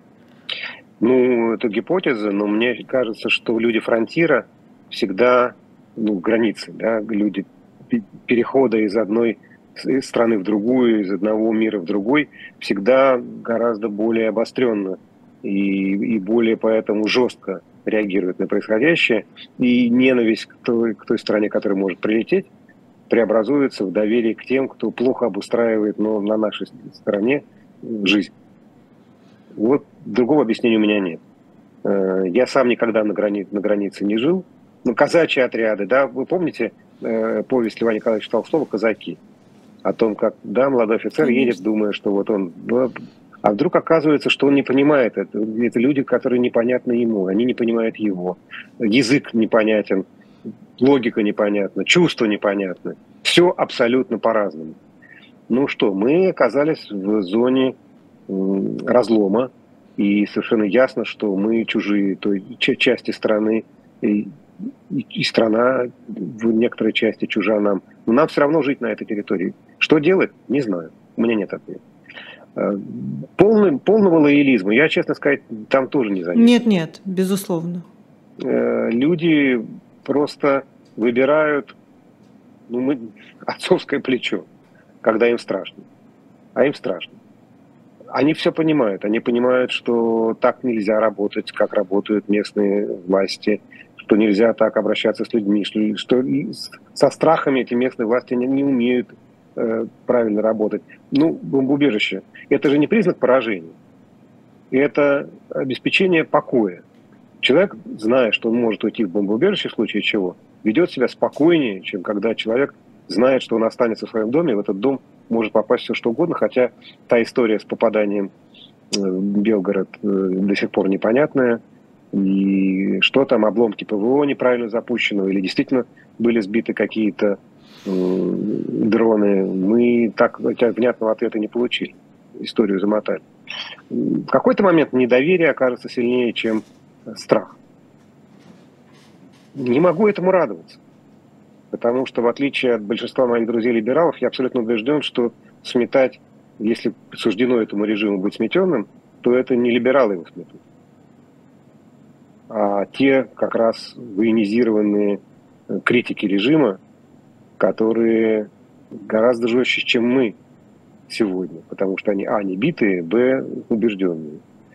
Ну, это гипотеза, но мне кажется, что люди фронтира всегда, границы, да, люди перехода из одной страны в другую, из одного мира в другой, всегда гораздо более обостренно и более поэтому жестко реагируют на происходящее, и ненависть к той стране, которая может прилететь, преобразуется в доверие к тем, кто плохо обустраивает, но на нашей стороне жизнь. Вот другого объяснения у меня нет. Я сам никогда на границе не жил. Но казачьи отряды, да, вы помните повесть Льва Николаевича Толстого «Казаки»? О том, как, да, молодой офицер едет, думая, что вот он... А вдруг оказывается, что он не понимает это. Это люди, которые непонятны ему, они не понимают его. Язык непонятен, логика непонятна, чувства непонятны. Все абсолютно по-разному. Ну что, мы оказались в зоне разлома, и совершенно ясно, что мы чужие той части страны, и страна в некоторой части чужа нам. Но нам все равно жить на этой территории. Что делать? Не знаю. У меня нет ответа. Полного лоялизма, я, честно сказать, там тоже не заметил. Нет, безусловно. Люди просто выбирают отцовское плечо, когда им страшно. А им страшно. Они все понимают. Они понимают, что так нельзя работать, как работают местные власти, что нельзя так обращаться с людьми, что со страхами эти местные власти не умеют правильно работать. Ну, бомбоубежище – это же не признак поражения. Это обеспечение покоя. Человек, зная, что он может уйти в бомбоубежище в случае чего, ведет себя спокойнее, чем когда человек знает, что он останется в своем доме, и в этот дом может попасть все что угодно, хотя та история с попаданием в Белгород до сих пор непонятная. И что там, обломки ПВО неправильно запущенного, или действительно были сбиты какие-то дроны, мы так внятного ответа не получили. Историю замотали. В какой-то момент недоверие окажется сильнее, чем страх. Не могу этому радоваться. Потому что, в отличие от большинства моих друзей-либералов, я абсолютно убежден, что сметать, если суждено этому режиму быть сметенным, то это не либералы его сметут, а те как раз военизированные критики режима, которые гораздо жестче, чем мы сегодня, потому что они, не битые, убежденные.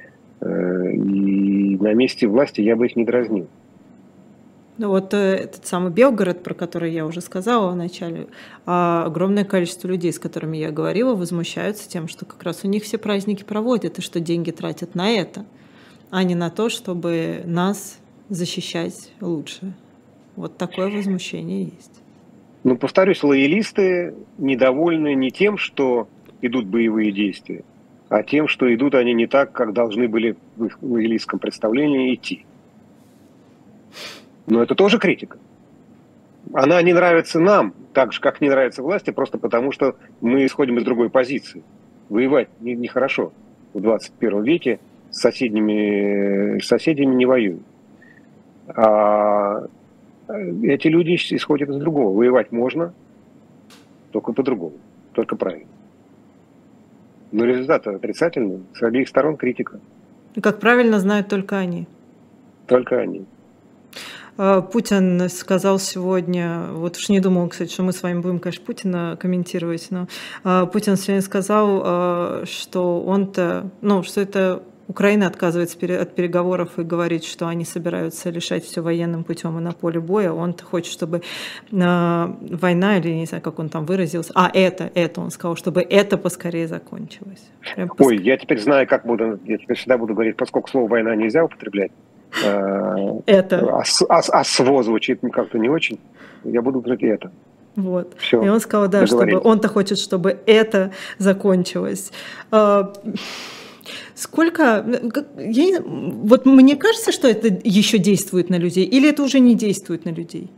И на месте власти я бы их не дразнил. Ну вот этот самый Белгород, про который я уже сказала вначале, огромное количество людей, с которыми я говорила, возмущаются тем, что как раз у них все праздники проводят, и что деньги тратят на это, а не на то, чтобы нас защищать лучше. Вот такое возмущение есть. Ну, повторюсь, лоялисты недовольны не тем, что идут боевые действия, а тем, что идут они не так, как должны были в их лоялистском представлении идти. Но это тоже критика. Она не нравится нам, так же, как не нравится власти, просто потому, что мы исходим из другой позиции. Воевать нехорошо. В 21 веке с соседями не воюют. А эти люди исходят из другого. Воевать можно, только по-другому, только правильно. Но результат отрицательный. С обеих сторон критика. И как правильно знают только они. Только они. Путин сказал сегодня, вот уж не думал, кстати, что мы с вами будем, конечно, Путина комментировать, но Путин сегодня сказал, что он-то, что это Украина отказывается от переговоров и говорит, что они собираются решать все военным путем и на поле боя. Он-то хочет, чтобы война, или не знаю, как он там выразился, это он сказал, чтобы это поскорее закончилось. Ой, я теперь знаю, я теперь всегда буду говорить, поскольку слово «война» нельзя употреблять, это. СВО звучит как-то не очень, я буду говорить это. Вот. Все, и он сказал, да, чтобы он-то хочет, чтобы это закончилось. Сколько... Вот мне кажется, что это еще действует на людей, или это уже не действует на людей?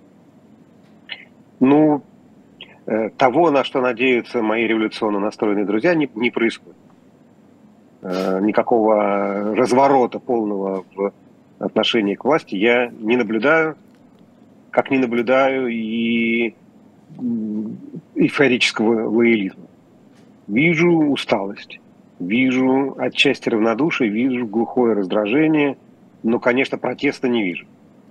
Ну, того, на что надеются мои революционно настроенные друзья, не происходит. Никакого разворота полного в отношении к власти я не наблюдаю, как не наблюдаю и эйфорического лоялизма. Вижу усталость. Вижу отчасти равнодушие, вижу глухое раздражение, но, конечно, протеста не вижу.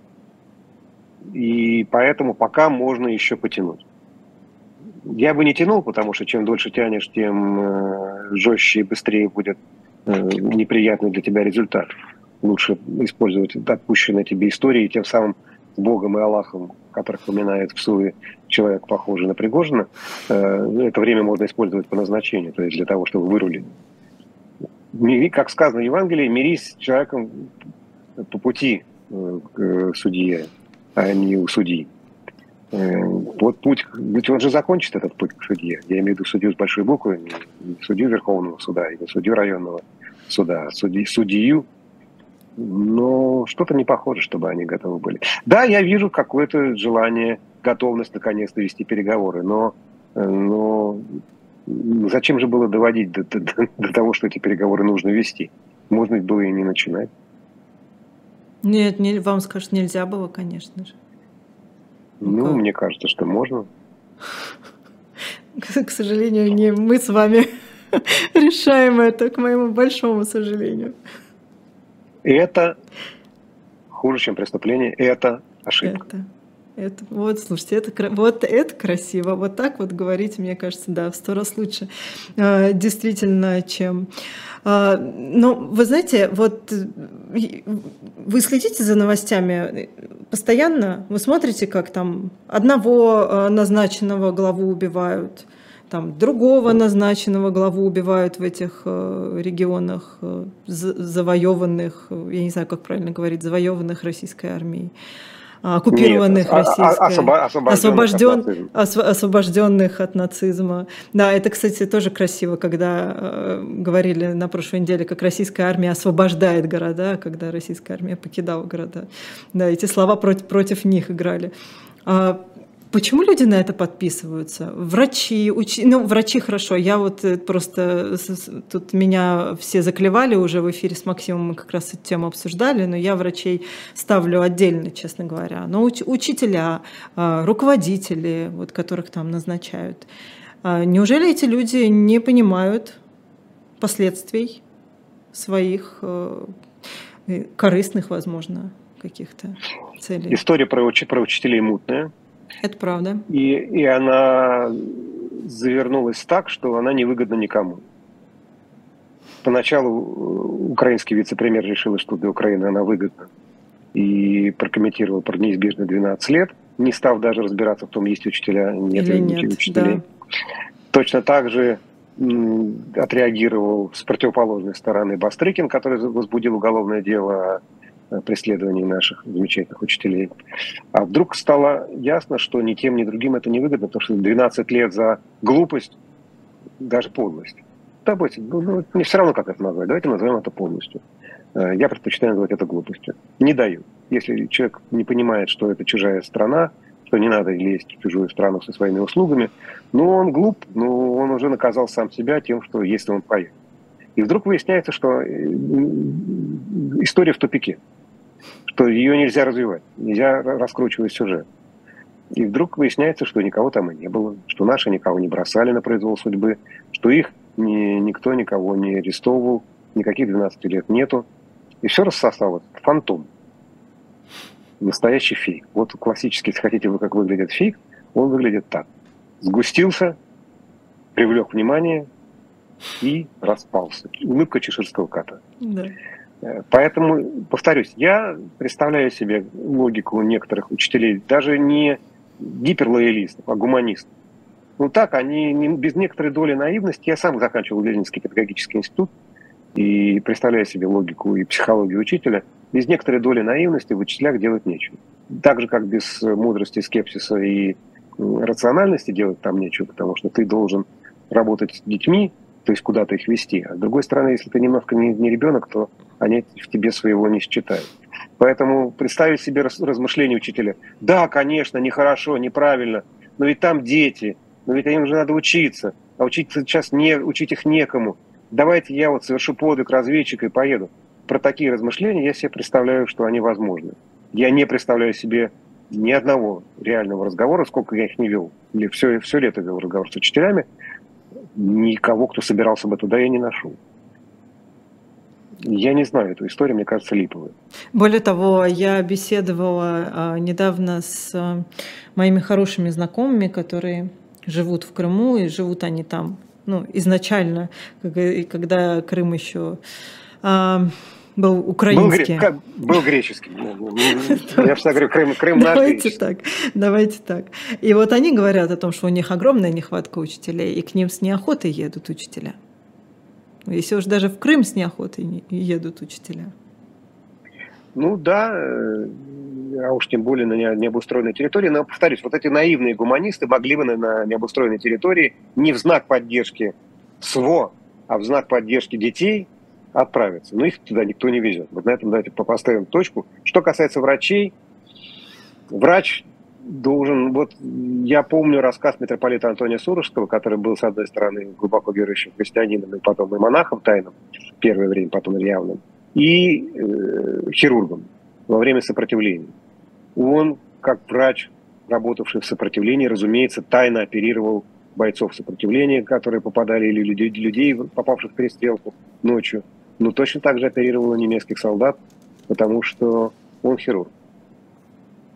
И поэтому пока можно еще потянуть. Я бы не тянул, потому что чем дольше тянешь, тем жестче и быстрее будет неприятный для тебя результат. Лучше использовать отпущенные тебе истории, и тем самым Богом и Аллахом, которых поминает в суе человек, похожий на Пригожина, это время можно использовать по назначению, то есть для того, чтобы вырулить. Как сказано в Евангелии, мирись с человеком по пути к судье, а не у судьи. Вот путь, ведь он же закончит этот путь к судье. Я имею в виду судью с большой буквы, не судью Верховного суда, не судью районного суда, а судью. Но что-то не похоже, чтобы они готовы были. Да, я вижу какое-то желание, готовность наконец-то вести переговоры, но зачем же было доводить до того, что эти переговоры нужно вести? Можно ведь было и не начинать. Нет, вам скажут, нельзя было, конечно же. Мне кажется, что можно. К сожалению, не мы с вами решаем это, к моему большому сожалению. Это хуже, чем преступление, это ошибка. Это, вот, слушайте, вот это красиво. Вот так вот говорить, мне кажется, да, в 100 раз лучше. Действительно, чем... Но вы знаете, вот вы следите за новостями постоянно? Вы смотрите, как там одного назначенного главу убивают, там другого назначенного главу убивают в этих регионах завоеванных, я не знаю, как правильно говорить, завоеванных российской армией. Оккупированных российской, освобожденных от нацизма. Да, это, кстати, тоже красиво, когда говорили на прошлой неделе, как российская армия освобождает города, когда российская армия покидала города. Да, эти слова против них играли. Почему люди на это подписываются? Врачи, врачи хорошо. Я вот просто... Тут меня все заклевали уже в эфире с Максимом, мы как раз эту тему обсуждали, но я врачей ставлю отдельно, честно говоря. Но учителя, руководители, вот, которых там назначают. Неужели эти люди не понимают последствий своих корыстных, возможно, каких-то целей? История про учителей мутная. Это правда. И она завернулась так, что она невыгодна никому. Поначалу украинский вице-премьер решил, что для Украины она выгодна. И прокомментировал про неизбежные 12 лет, не став даже разбираться в том, есть учителя, нет учителей. Да. Точно так же отреагировал с противоположной стороны Бастрыкин, который возбудил уголовное дело о преследовании наших замечательных учителей. А вдруг стало ясно, что ни тем, ни другим это не выгодно, потому что 12 лет за глупость, даже подлость. Давайте, не все равно, как это назвать, давайте назовем это полностью. Я предпочитаю называть это глупостью. Не даю. Если человек не понимает, что это чужая страна, что не надо лезть в чужую страну со своими услугами, но он глуп, но он уже наказал сам себя тем, что если он поедет. И вдруг выясняется, что история в тупике, что ее нельзя развивать, нельзя раскручивать сюжет. И вдруг выясняется, что никого там и не было, что наши никого не бросали на произвол судьбы, что их никто никого не арестовывал, никаких 12 лет нету. И все рассосалось. Фантом. Настоящий фейк. Вот классический, если хотите, вы как выглядит фейк, он выглядит так. Сгустился, привлек внимание и распался. Улыбка чеширского кота. Да. Поэтому, повторюсь, я представляю себе логику некоторых учителей, даже не гиперлоялистов, а гуманистов. Ну так, они без некоторой доли наивности, я сам заканчивал Ленинский педагогический институт, и представляю себе логику и психологию учителя, без некоторой доли наивности в учителях делать нечего. Так же, как без мудрости, скепсиса и рациональности делать там нечего, потому что ты должен работать с детьми, то есть куда-то их вести. А с другой стороны, если ты немножко не ребенок, то они в тебе своего не считают. Поэтому представить себе размышления учителя. Да, конечно, нехорошо, неправильно, но ведь там дети, но ведь им же надо учиться, а учиться сейчас учить их некому. Давайте я вот совершу подвиг разведчика и поеду. Про такие размышления я себе представляю, что они возможны. Я не представляю себе ни одного реального разговора, сколько я их не вел, или все лето вел разговор с учителями, никого, кто собирался бы туда, я не нашел. Я не знаю эту историю, мне кажется, липовой. Более того, я беседовала недавно с моими хорошими знакомыми, которые живут в Крыму, и живут они там изначально, когда Крым еще был украинский. Был греческий. Я всегда говорю, Крым наш греческий. Давайте так. И вот они говорят о том, что у них огромная нехватка учителей, и к ним с неохотой едут учителя. Если уж даже в Крым с неохотой едут учителя. Ну да, а уж тем более на необустроенной территории. Но, повторюсь, вот эти наивные гуманисты могли бы на необустроенной территории не в знак поддержки СВО, а в знак поддержки детей отправиться. Но их туда никто не везет. Вот на этом давайте поставим точку. Что касается врачей, врач должен... Вот я помню рассказ митрополита Антония Сурожского, который был, с одной стороны, глубоко верующим христианином, и потом и монахом тайным, первое время, потом и явным, и хирургом во время сопротивления. Он, как врач, работавший в сопротивлении, разумеется, тайно оперировал бойцов сопротивления, которые попадали, или людей, попавших в перестрелку ночью. Но точно так же оперировал немецких солдат, потому что он хирург.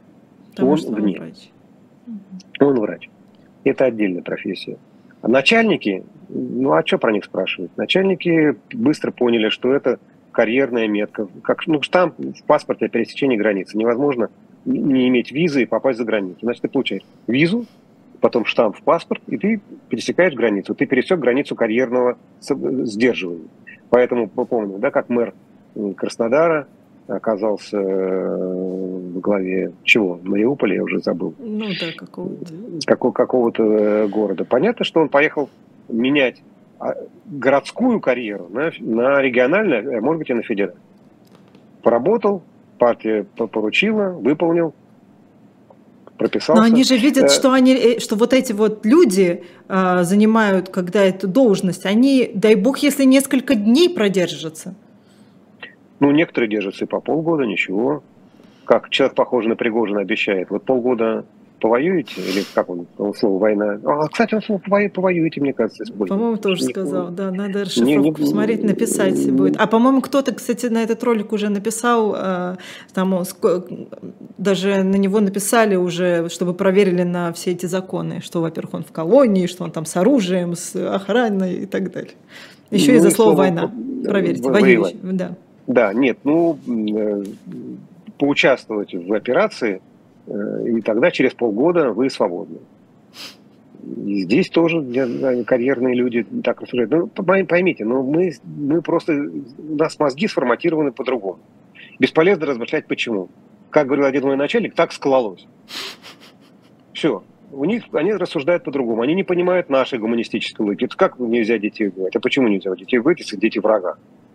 Потому он что вне. врач. Он врач. Это отдельная профессия. А начальники, ну а что про них спрашивать? Начальники быстро поняли, что это карьерная метка. Как, ну, штамп в паспорте о пересечении границы. Невозможно не иметь визы и попасть за границу. Значит, ты получаешь визу, потом штамп в паспорт, и ты пересекаешь границу. Ты пересек границу карьерного сдерживания. Поэтому помню, да, как мэр Краснодара оказался в главе чего? Мариуполя, я уже забыл. Ну да, Какого-то города. Понятно, что он поехал менять городскую карьеру на региональную, а может быть и на федеральную. Поработал, партия поручила, выполнил, прописался. Но они же видят, что вот эти вот люди занимают, когда эту должность, они, дай бог, если несколько дней продержатся. Ну, некоторые держатся и по полгода, ничего. Как человек, похожий на Пригожина, обещает. Вот полгода повоюете, или как он, слово «война». Кстати, он слово «повоюете», мне кажется, использует. По-моему, тоже сказал, да, надо расшифровку посмотреть, написать будет. А, по-моему, кто-то, кстати, на этот ролик уже написал, там даже на него написали уже, чтобы проверили на все эти законы, что, во-первых, он в колонии, что он там с оружием, с охраной и так далее. Еще и за слово «война». Проверьте, воюющий, да. Да, нет, поучаствовать в операции, и тогда через полгода вы свободны. И здесь тоже карьерные люди так рассуждают. Ну, поймите, мы просто, у нас мозги сформатированы по-другому. Бесполезно размышлять почему. Как говорил один мой начальник, так склалось. Все. Они рассуждают по-другому. Они не понимают нашей гуманистической логики. Как нельзя детей убивать? А почему нельзя детей убивать, если дети врага?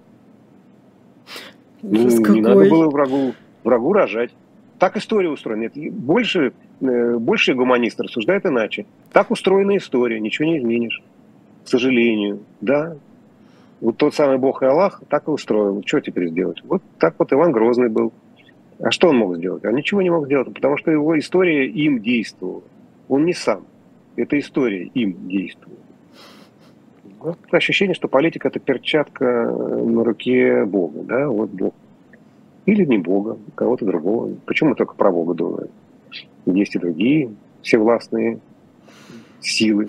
Не надо было врагу рожать. Так история устроена. Больше гуманисты рассуждают иначе. Так устроена история, ничего не изменишь. К сожалению. Да. Вот тот самый Бог и Аллах так и устроил. Что теперь сделать? Вот так вот Иван Грозный был. А что он мог сделать? Он ничего не мог сделать, потому что его история им действовала. Он не сам. Эта история им действует. Вот ощущение, что политика – это перчатка на руке Бога. Да? Вот Бог. Или не Бога, кого-то другого. Почему мы только про Бога думаем? Есть и другие всевластные силы.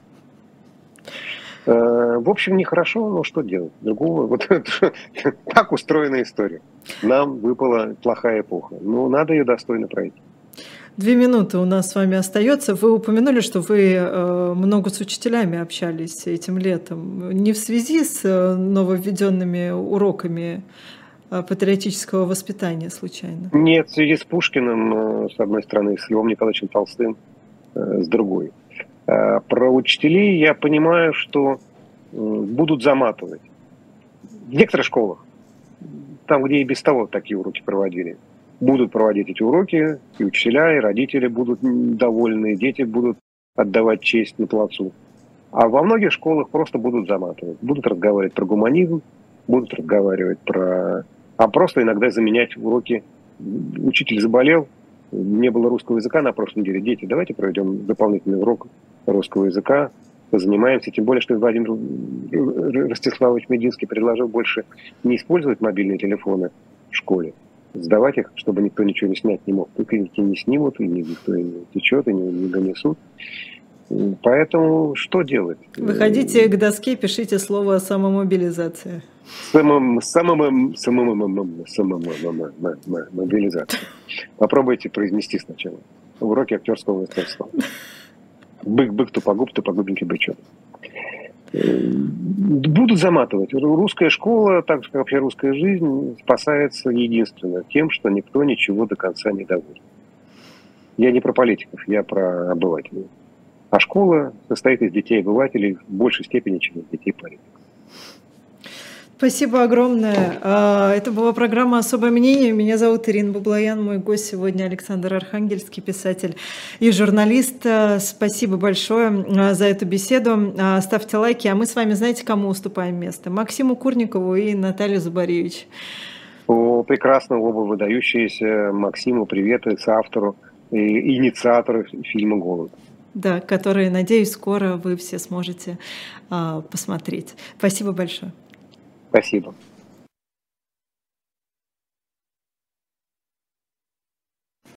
В общем, нехорошо, но что делать? Другого. Вот так устроена история. Нам выпала плохая эпоха. Но надо ее достойно пройти. 2 минуты у нас с вами остается. Вы упомянули, что вы много с учителями общались этим летом. Не в связи с нововведенными уроками патриотического воспитания случайно? Нет, в связи с Пушкиным, с одной стороны, с Львом Николаевичем Толстым, с другой. Про учителей я понимаю, что будут заматывать. В некоторых школах, там, где и без того такие уроки проводили, будут проводить эти уроки, и учителя, и родители будут довольны, и дети будут отдавать честь на плацу. А во многих школах просто будут заматывать. Будут разговаривать про гуманизм, будут разговаривать а просто иногда заменять уроки. Учитель заболел, не было русского языка на прошлой неделе. Дети, давайте проведем дополнительный урок русского языка, позанимаемся. Тем более, что Владимир Ростиславович Мединский предложил больше не использовать мобильные телефоны в школе, сдавать их, чтобы никто ничего не снять не мог. Пылинки не снимут, и никто не течет, и не донесут. Поэтому что делать? Выходите к доске, пишите слово «самомобилизация». Самомобилизация. Попробуйте произнести сначала. Уроки актерского мастерства. Бык, тупогуб, тупогубенький бычок. Будут заматывать. Русская школа, так же как вообще русская жизнь, спасается единственно тем, что никто ничего до конца не доводит. Я не про политиков, я про обывателей. А школа состоит из детей обывателей в большей степени, чем из детей политиков. Спасибо огромное. Это была программа «Особое мнение». Меня зовут Ирина Баблоян. Мой гость сегодня Александр Архангельский, писатель и журналист. Спасибо большое за эту беседу. Ставьте лайки. А мы с вами, знаете, кому уступаем место? Максиму Курникову и Наталье Зубаревич. Прекрасно, оба выдающиеся. Максиму привет, соавтору и инициатору фильма «Голод». Да, который, надеюсь, скоро вы все сможете посмотреть. Спасибо большое. Спасибо.